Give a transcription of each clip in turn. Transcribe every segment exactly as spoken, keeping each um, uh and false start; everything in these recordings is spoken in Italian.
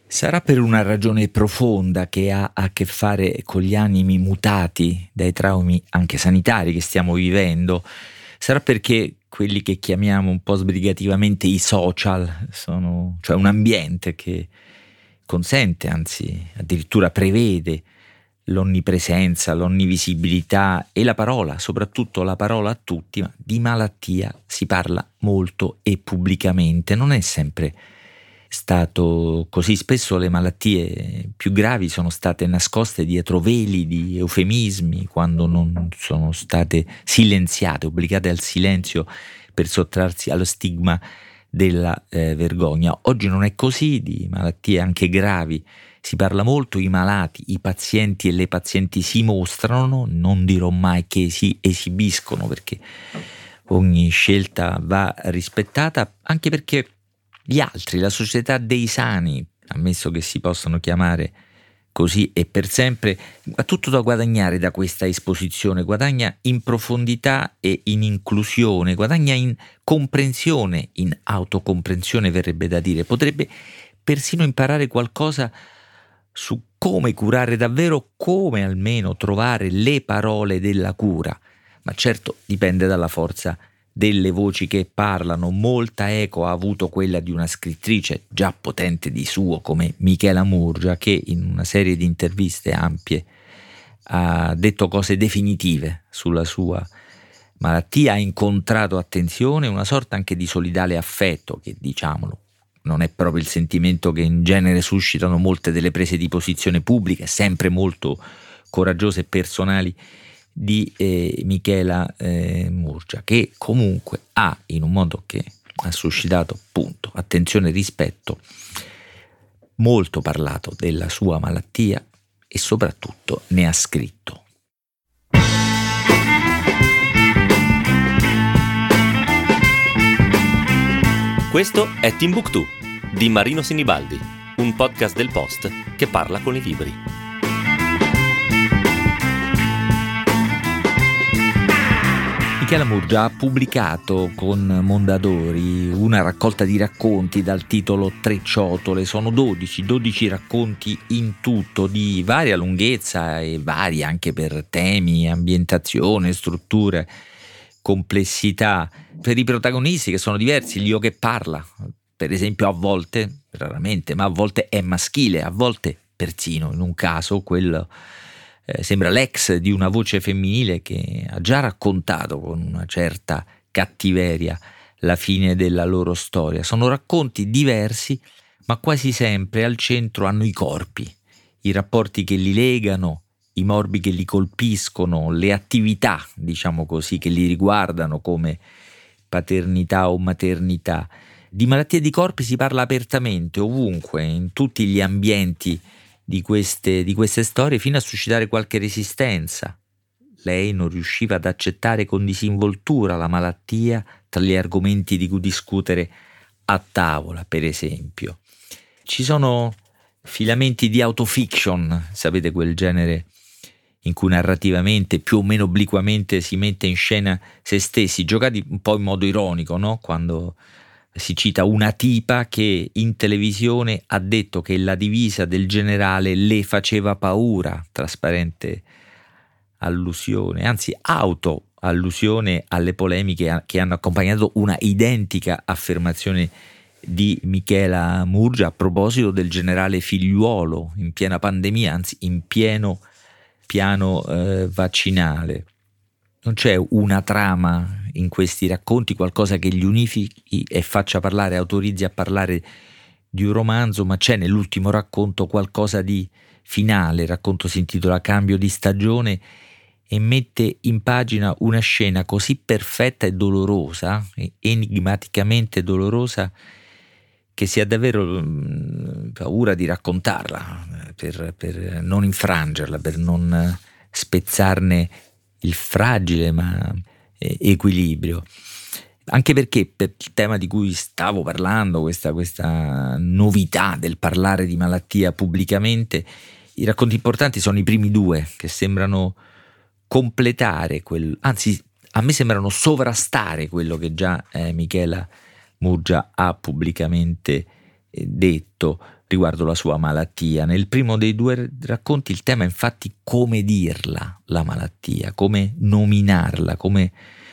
Sarà per una ragione profonda che ha a che fare con gli animi mutati dai traumi anche sanitari che stiamo vivendo. Sarà perché quelli che chiamiamo un po' sbrigativamente i social sono, cioè un ambiente che consente, anzi addirittura prevede l'onnipresenza, l'onnivisibilità e la parola, soprattutto la parola a tutti, ma di malattia si parla molto e pubblicamente. Non è sempre stato così. Spesso le malattie più gravi sono state nascoste dietro veli di eufemismi, quando non sono state silenziate, obbligate al silenzio per sottrarsi allo stigma della eh, vergogna. Oggi non è così, di malattie anche gravi si parla molto, i malati, i pazienti e le pazienti si mostrano, non dirò mai che si esibiscono, perché ogni scelta va rispettata, anche perché gli altri, la società dei sani, ammesso che si possano chiamare così e per sempre, ha tutto da guadagnare da questa esposizione, guadagna in profondità e in inclusione, guadagna in comprensione, in autocomprensione verrebbe da dire, potrebbe persino imparare qualcosa su come curare davvero, come almeno trovare le parole della cura, ma certo dipende dalla forza delle voci che parlano. Molta eco ha avuto quella di una scrittrice già potente di suo come Michela Murgia, che in una serie di interviste ampie ha detto cose definitive sulla sua malattia, ha incontrato attenzione, una sorta anche di solidale affetto, che diciamolo non è proprio il sentimento che in genere suscitano molte delle prese di posizione pubbliche, sempre molto coraggiose e personali, di eh, Michela eh, Murgia, che comunque ha, in un modo che ha suscitato appunto attenzione e rispetto, molto parlato della sua malattia e soprattutto ne ha scritto. Questo è Timbuktu di Marino Sinibaldi, un podcast del Post che parla con i libri. Michela Murgia ha pubblicato con Mondadori una raccolta di racconti dal titolo Tre ciotole. Sono dodici, dodici racconti in tutto, di varia lunghezza e vari anche per temi, ambientazione, strutture, complessità. Per i protagonisti, che sono diversi, l'io che parla, per esempio, a volte, raramente, ma a volte è maschile, a volte persino, in un caso, quello eh, sembra l'ex di una voce femminile che ha già raccontato con una certa cattiveria la fine della loro storia. Sono racconti diversi, ma quasi sempre al centro hanno i corpi, i rapporti che li legano, i morbi che li colpiscono, le attività, diciamo così, che li riguardano, come paternità o maternità. Di malattie di corpi si parla apertamente, ovunque, in tutti gli ambienti di queste, di queste storie, fino a suscitare qualche resistenza. Lei non riusciva ad accettare con disinvoltura la malattia tra gli argomenti di cui discutere a tavola, per esempio. Ci sono filamenti di autofiction, sapete, quel genere in cui narrativamente, più o meno obliquamente, si mette in scena se stessi, giocati un po' in modo ironico, no? Quando si cita una tipa che in televisione ha detto che la divisa del generale le faceva paura, trasparente allusione, anzi auto-allusione alle polemiche che hanno accompagnato una identica affermazione di Michela Murgia a proposito del generale Figliuolo in piena pandemia, anzi in pieno piano eh, vaccinale. Non c'è una trama in questi racconti, qualcosa che li unifichi e faccia parlare, autorizzi a parlare di un romanzo, ma c'è nell'ultimo racconto qualcosa di finale. Il racconto si intitola Cambio di stagione e mette in pagina una scena così perfetta e dolorosa, enigmaticamente dolorosa, che si ha davvero paura di raccontarla per, per non infrangerla, per non spezzarne il fragile ma equilibrio. Anche perché, per il tema di cui stavo parlando, questa, questa novità del parlare di malattia pubblicamente, i racconti importanti sono i primi due, che sembrano completare quel, anzi a me sembrano sovrastare quello che già eh, Michela Murgia ha pubblicamente eh, detto. riguardo la sua malattia. Nel primo dei due racconti il tema è infatti come dirla la malattia, come nominarla, come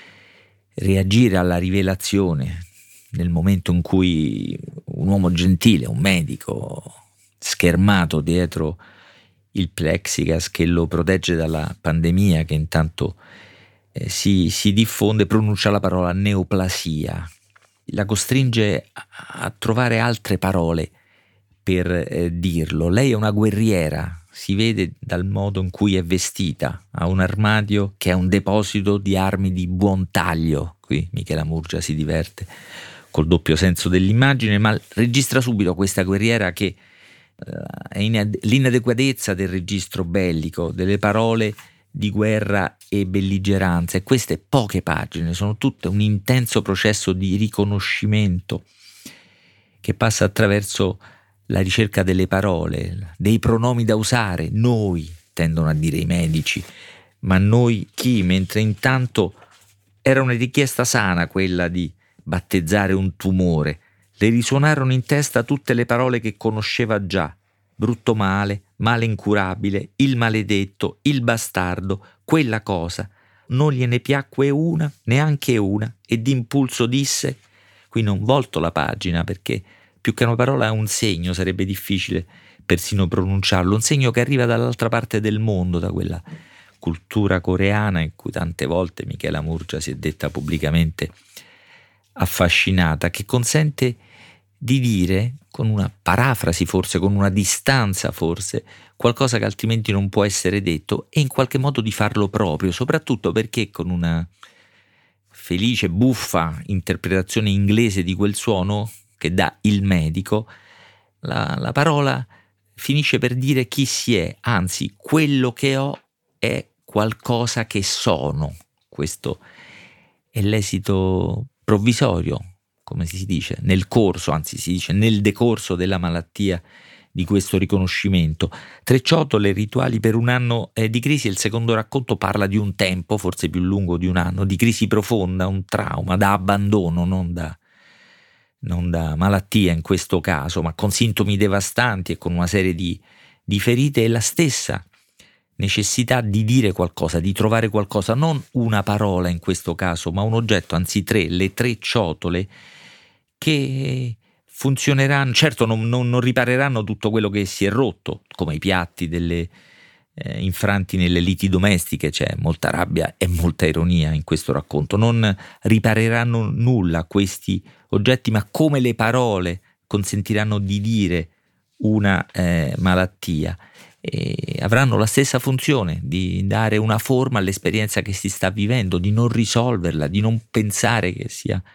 reagire alla rivelazione nel momento in cui un uomo gentile, un medico schermato dietro il plexiglass che lo protegge dalla pandemia che intanto eh, si, si diffonde, pronuncia la parola neoplasia, la costringe a, a trovare altre parole per eh, dirlo. Lei è una guerriera, si vede dal modo in cui è vestita, ha un armadio che è un deposito di armi di buon taglio. Qui Michela Murgia si diverte col doppio senso dell'immagine, ma registra subito questa guerriera che uh, è in ad- l'inadeguatezza del registro bellico, delle parole di guerra e belligeranza, e queste poche pagine sono tutte un intenso processo di riconoscimento che passa attraverso la ricerca delle parole, dei pronomi da usare. Noi, tendono a dire i medici, ma noi chi? Mentre intanto era una richiesta sana quella di battezzare un tumore. Le risuonarono in testa tutte le parole che conosceva già: brutto male, male incurabile, il maledetto, il bastardo, quella cosa. Non gliene piacque una, neanche una, e d'impulso disse, qui non volto la pagina perché più che una parola è un segno, sarebbe difficile persino pronunciarlo, un segno che arriva dall'altra parte del mondo, da quella cultura coreana in cui tante volte Michela Murgia si è detta pubblicamente affascinata, che consente di dire, con una parafrasi forse, con una distanza forse, qualcosa che altrimenti non può essere detto, e in qualche modo di farlo proprio, soprattutto perché con una felice, buffa interpretazione inglese di quel suono che dà il medico, la, la parola finisce per dire chi si è, anzi quello che ho è qualcosa che sono. Questo è l'esito provvisorio, come si dice, nel corso, anzi si dice nel decorso della malattia, di questo riconoscimento. Tre ciotole, rituali per un anno eh, di crisi. Il secondo racconto parla di un tempo, forse più lungo di un anno, di crisi profonda, un trauma, da abbandono, non da, non da malattia in questo caso, ma con sintomi devastanti e con una serie di, di ferite, e la stessa necessità di dire qualcosa, di trovare qualcosa, non una parola in questo caso, ma un oggetto, anzi tre, le tre ciotole che funzioneranno, certo non, non, non ripareranno tutto quello che si è rotto, come i piatti delle eh, infranti nelle liti domestiche. C'è molta rabbia e molta ironia in questo racconto. Non ripareranno nulla questi oggetti, ma come le parole consentiranno di dire una eh, malattia, e avranno la stessa funzione di dare una forma all'esperienza che si sta vivendo, di non risolverla, di non pensare che sia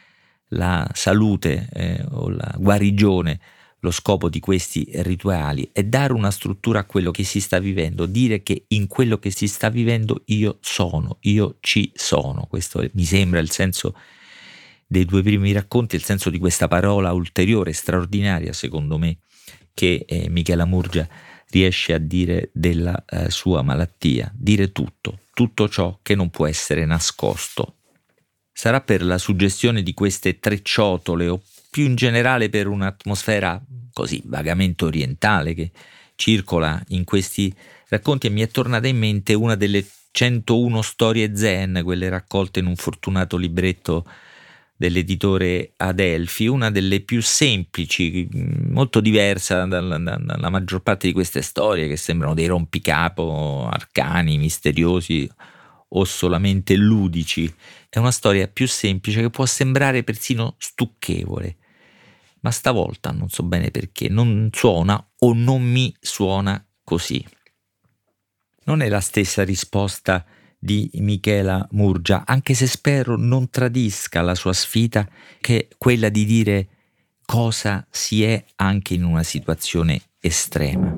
la salute eh, o la guarigione lo scopo di questi rituali, è dare una struttura a quello che si sta vivendo, dire che in quello che si sta vivendo io sono, io ci sono. Questo mi sembra il senso dei due primi racconti, il senso di questa parola ulteriore, straordinaria secondo me, che eh, Michela Murgia riesce a dire della eh, sua malattia, dire tutto, tutto ciò che non può essere nascosto. Sarà per la suggestione di queste tre ciotole, o più in generale per un'atmosfera così vagamente orientale che circola in questi racconti, e mi è tornata in mente una delle centouno storie zen, quelle raccolte in un fortunato libretto dell'editore Adelphi, una delle più semplici, molto diversa dalla, dalla maggior parte di queste storie che sembrano dei rompicapo arcani, misteriosi o solamente ludici. È una storia più semplice che può sembrare persino stucchevole, ma stavolta non so bene perché non suona o non mi suona così. Non è la stessa risposta di Michela Murgia, anche se spero non tradisca la sua sfida, che è quella di dire cosa si è anche in una situazione estrema.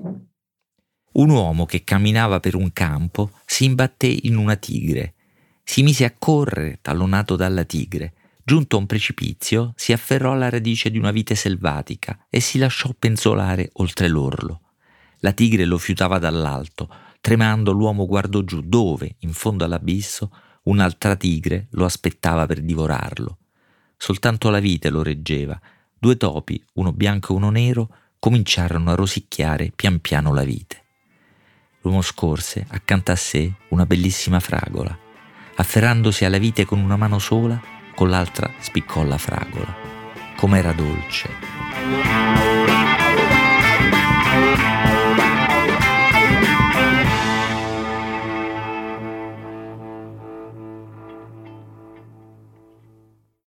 Un uomo che camminava per un campo si imbatté in una tigre, si mise a correre tallonato dalla tigre. Giunto a un precipizio, si afferrò alla radice di una vite selvatica e si lasciò penzolare oltre l'orlo. La tigre lo fiutava dall'alto. Tremando, l'uomo guardò giù dove, in fondo all'abisso, un'altra tigre lo aspettava per divorarlo. Soltanto la vite lo reggeva. Due topi, uno bianco e uno nero, cominciarono a rosicchiare pian piano la vite. L'uomo scorse accanto a sé una bellissima fragola. Afferrandosi alla vite con una mano sola, con l'altra spiccò la fragola. Com'era dolce!